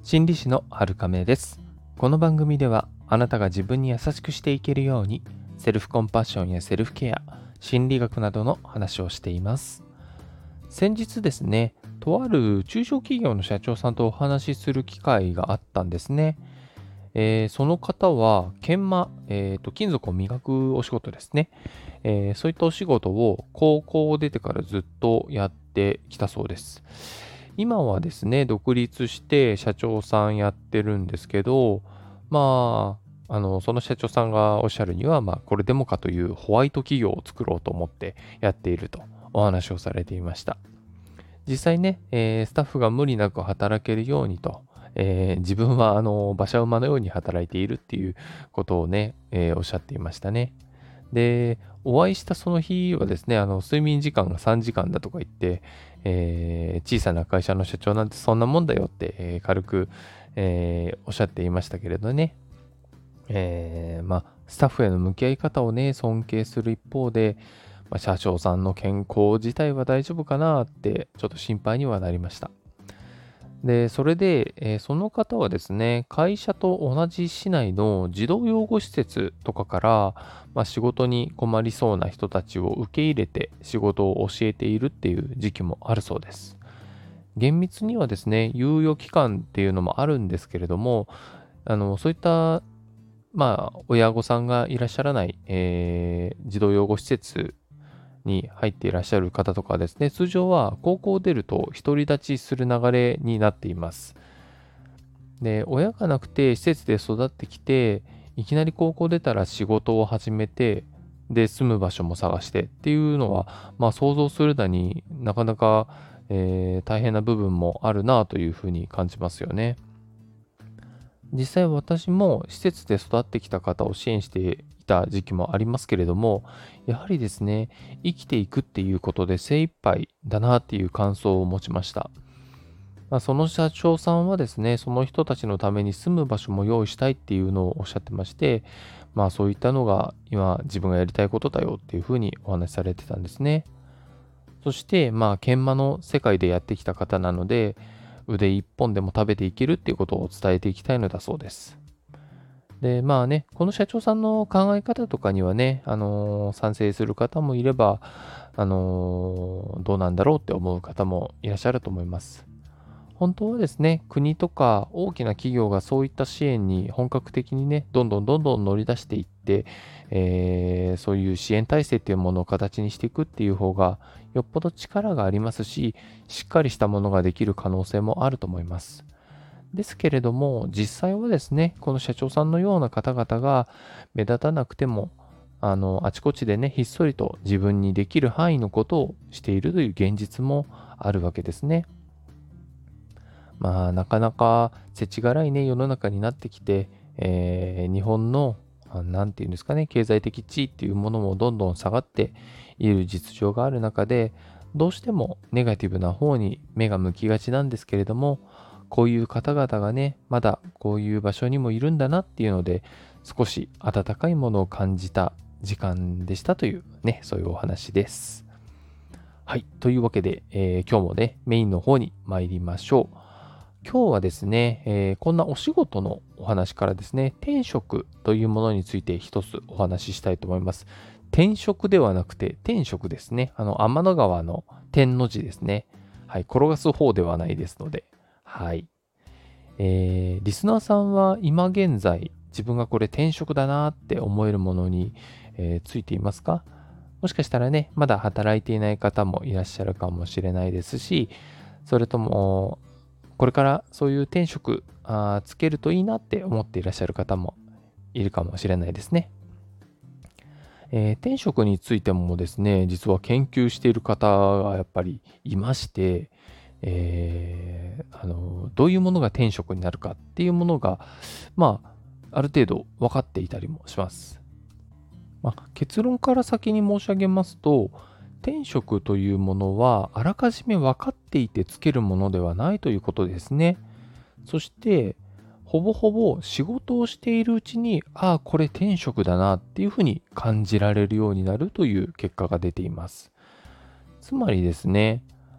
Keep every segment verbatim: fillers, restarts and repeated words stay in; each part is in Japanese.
心理師の春亀です。この番組ではあなたが自分に優しくしていけるようにセルフコンパッションやセルフケア、心理学などの話をしています。先日ですね、とある中小企業の社長さんとお話しする機会があったんですね。えーその方は研磨、えーと、金属を磨くお仕事ですね。えーそういったお仕事を高校を出てからずっとやってきたそうです。今はですね、独立して社長さんやってるんですけど、まあ、あの、その社長さんがおっしゃるには、まあ、これでもかというホワイト企業を作ろうと思ってやっているとお話をされていました。実際ね、えースタッフが無理なく働けるようにと、えー自分はあの馬車馬のように働いているっていうことをね、えーおっしゃっていましたね。で、お会いしたその日はですね、あの、睡眠時間がさんじかんだとか言って、えー小さな会社の社長なんてそんなもんだよって、えー軽く、えーおっしゃっていましたけれどね。えーまあ、スタッフへの向き合い方をね、尊敬する一方で、まあ、社長さんの健康自体は大丈夫かなって、ちょっと心配にはなりました。で、それで、えーその方はですね、会社と同じ市内の児童養護施設とかから、まあ、仕事に困りそうな人たちを受け入れて仕事を教えているっていう時期もあるそうです。厳密にはですね、猶予期間っていうのもあるんですけれども、あの、そういった、まあ、親御さんがいらっしゃらない、えー児童養護施設に入っていらっしゃる方とかですね、通常は高校を出ると独り立ちする流れになっています。で、親がなくて施設で育ってきて、いきなり高校出たら仕事を始めて、で、住む場所も探してっていうのは、まあ想像するだになかなか、えー大変な部分もあるなというふうに感じますよね。実際私も施設で育ってきた方を支援していた時期もありますけれども、やはりですね、生きていくっていうことで精一杯だなっていう感想を持ちました。まあ、その社長さんはですね、その人たちのために住む場所も用意したいっていうのをおっしゃってまして、まあそういったのが今自分がやりたいことだよっていうふうにお話しされてたんですね。そしてまあ研磨の世界でやってきた方なので、腕一本でも食べていけるっていうことを伝えていきたいのだそうです。で、まあね、この社長さんの考え方とかにはね、あのー賛成する方もいれば、あのーどうなんだろうって思う方もいらっしゃると思います。本当はですね、国とか大きな企業がそういった支援に本格的にね、どんどんどんどん乗り出していって、えーそういう支援体制っていうものを形にしていくっていう方が、よっぽど力がありますし、しっかりしたものができる可能性もあると思います。ですけれども、実際はですね、この社長さんのような方々が目立たなくても、あの、あちこちでね、ひっそりと自分にできる範囲のことをしているという現実もあるわけですね。まあ、なかなか世知辛いね、世の中になってきて、えー日本の、あなんていうんですかね、経済的地位っていうものもどんどん下がっている実情がある中で、どうしてもネガティブな方に目が向きがちなんですけれども、こういう方々がね、まだこういう場所にもいるんだなっていうので、少し温かいものを感じた時間でしたというね、そういうお話です。はい。というわけで、えー今日もね、メインの方に参りましょう。今日はですね、えーこんなお仕事のお話からですね、転職というものについて一つお話ししたいと思います。転職ではなくて、転職ですね。あの、天の川の天の字ですね。はい。転がす方ではないですので。はい。えーリスナーさんは今現在、自分がこれ転職だなって思えるものに、えーついていますか？もしかしたらね、まだ働いていない方もいらっしゃるかもしれないですし、それとも、これからそういう転職あーつけるといいなって思っていらっしゃる方もいるかもしれないですね。えー転職についてもですね、実は研究している方がやっぱりいまして、えーあの、どういうものが転職になるかっていうものが、まあ、ある程度分かっていたりもします。まあ、結論から先に申し上げますと、転職というものはあらかじめ分かっていてつけるものではないということですね。そして、ほぼほぼ仕事をしているうちに、ああ、これ転職だなっていうふうに感じられるようになるという結果が出ています。つまりですね、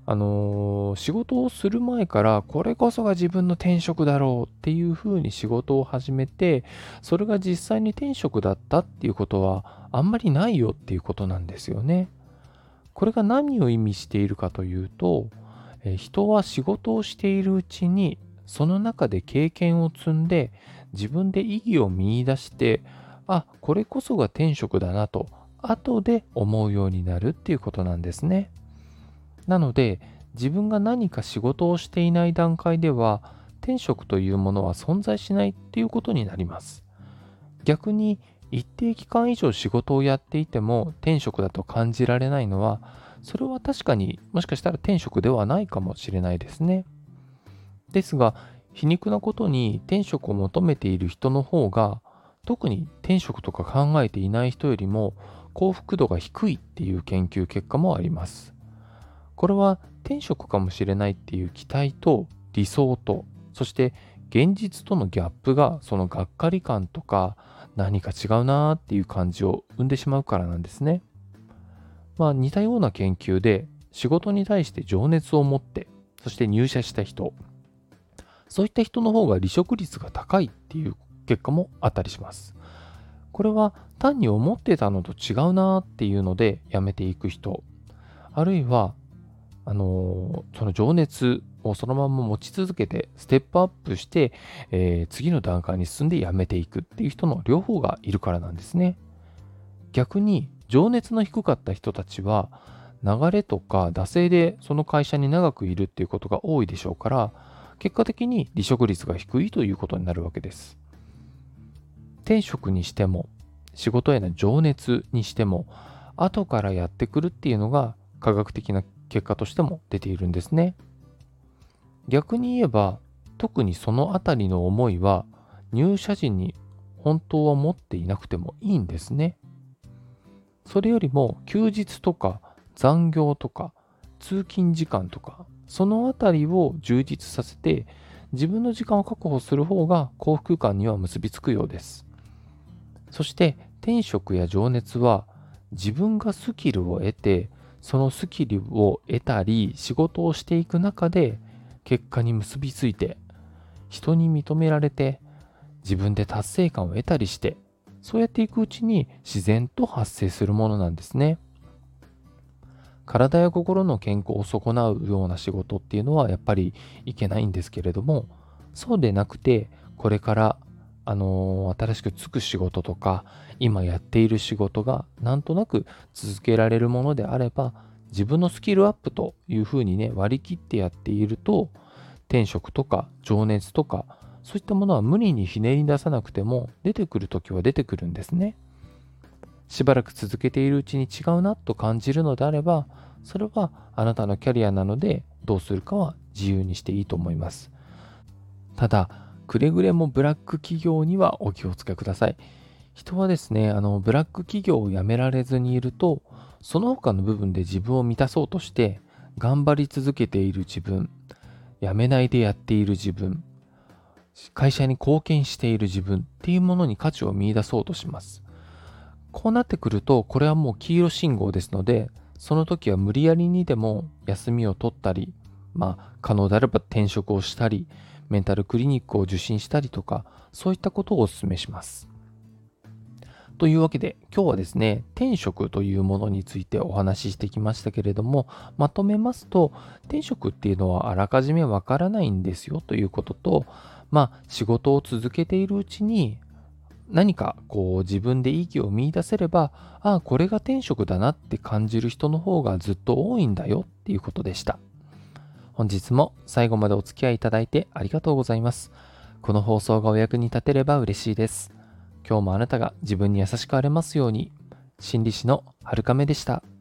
あのー仕事をする前からこれこそが自分の転職だろうっていうふうに仕事を始めて、それが実際に転職だったっていうことはあんまりないよっていうことなんですよね。これが何を意味しているかというと、えー人は仕事をしているうちにその中で経験を積んで自分で意義を見出して、あ、これこそが転職だなと後で思うようになるっていうことなんですね。なので、自分が何か仕事をしていない段階では、転職というものは存在しないっていうことになります。逆に、一定期間以上仕事をやっていても転職だと感じられないのは、それは確かにもしかしたら転職ではないかもしれないですね。ですが、皮肉なことに転職を求めている人の方が、特に転職とか考えていない人よりも幸福度が低いっていう研究結果もあります。これは転職かもしれないっていう期待と理想と、そして現実とのギャップがそのがっかり感とか何か違うなーっていう感じを生んでしまうからなんですね。まあ似たような研究で仕事に対して情熱を持って、そして入社した人、そういった人の方が離職率が高いっていう結果もあったりします。これは単に思ってたのと違うなーっていうので辞めていく人、あるいはあのーその情熱をそのまま持ち続けてステップアップして、えー次の段階に進んで辞めていくっていう人の両方がいるからなんですね。逆に情熱の低かった人たちは流れとか惰性でその会社に長くいるっていうことが多いでしょうから、結果的に離職率が低いということになるわけです。転職にしても仕事への情熱にしても後からやってくるっていうのが科学的な結果としても出ているんですね。逆に言えば、特にそのあたりの思いは入社時に本当は持っていなくてもいいんですね。それよりも休日とか残業とか通勤時間とかそのあたりを充実させて自分の時間を確保する方が幸福感には結びつくようです。そして転職や情熱は自分がスキルを得て、そのスキルを得たり仕事をしていく中で結果に結びついて、人に認められて自分で達成感を得たりして、そうやっていくうちに自然と発生するものなんですね。体や心の健康を損なうような仕事っていうのはやっぱりいけないんですけれども、そうでなくて、これからあのー新しく就く仕事とか、今やっている仕事がなんとなく続けられるものであれば、自分のスキルアップというふうにね、割り切ってやっていると、転職とか情熱とか、そういったものは無理にひねり出さなくても出てくるときは出てくるんですね。しばらく続けているうちに違うなと感じるのであれば、それはあなたのキャリアなのでどうするかは自由にしていいと思います。ただ、くれぐれもブラック企業にはお気をつけください。人はですね、あの、ブラック企業を辞められずにいると、その他の部分で自分を満たそうとして、頑張り続けている自分、辞めないでやっている自分、会社に貢献している自分っていうものに価値を見出そうとします。こうなってくると、これはもう黄色信号ですので、その時は無理やりにでも休みを取ったり、まあ、可能であれば転職をしたり、メンタルクリニックを受診したりとか、そういったことをお勧めします。というわけで、今日はですね、転職というものについてお話ししてきましたけれども、まとめますと、転職っていうのはあらかじめわからないんですよということと、まあ、仕事を続けているうちに、何かこう自分で意義を見出せれば、ああ、これが転職だなって感じる人の方がずっと多いんだよっていうことでした。本日も最後までお付き合いいただいてありがとうございます。この放送がお役に立てれば嬉しいです。今日もあなたが自分に優しくあれますように。心理師のはるかめでした。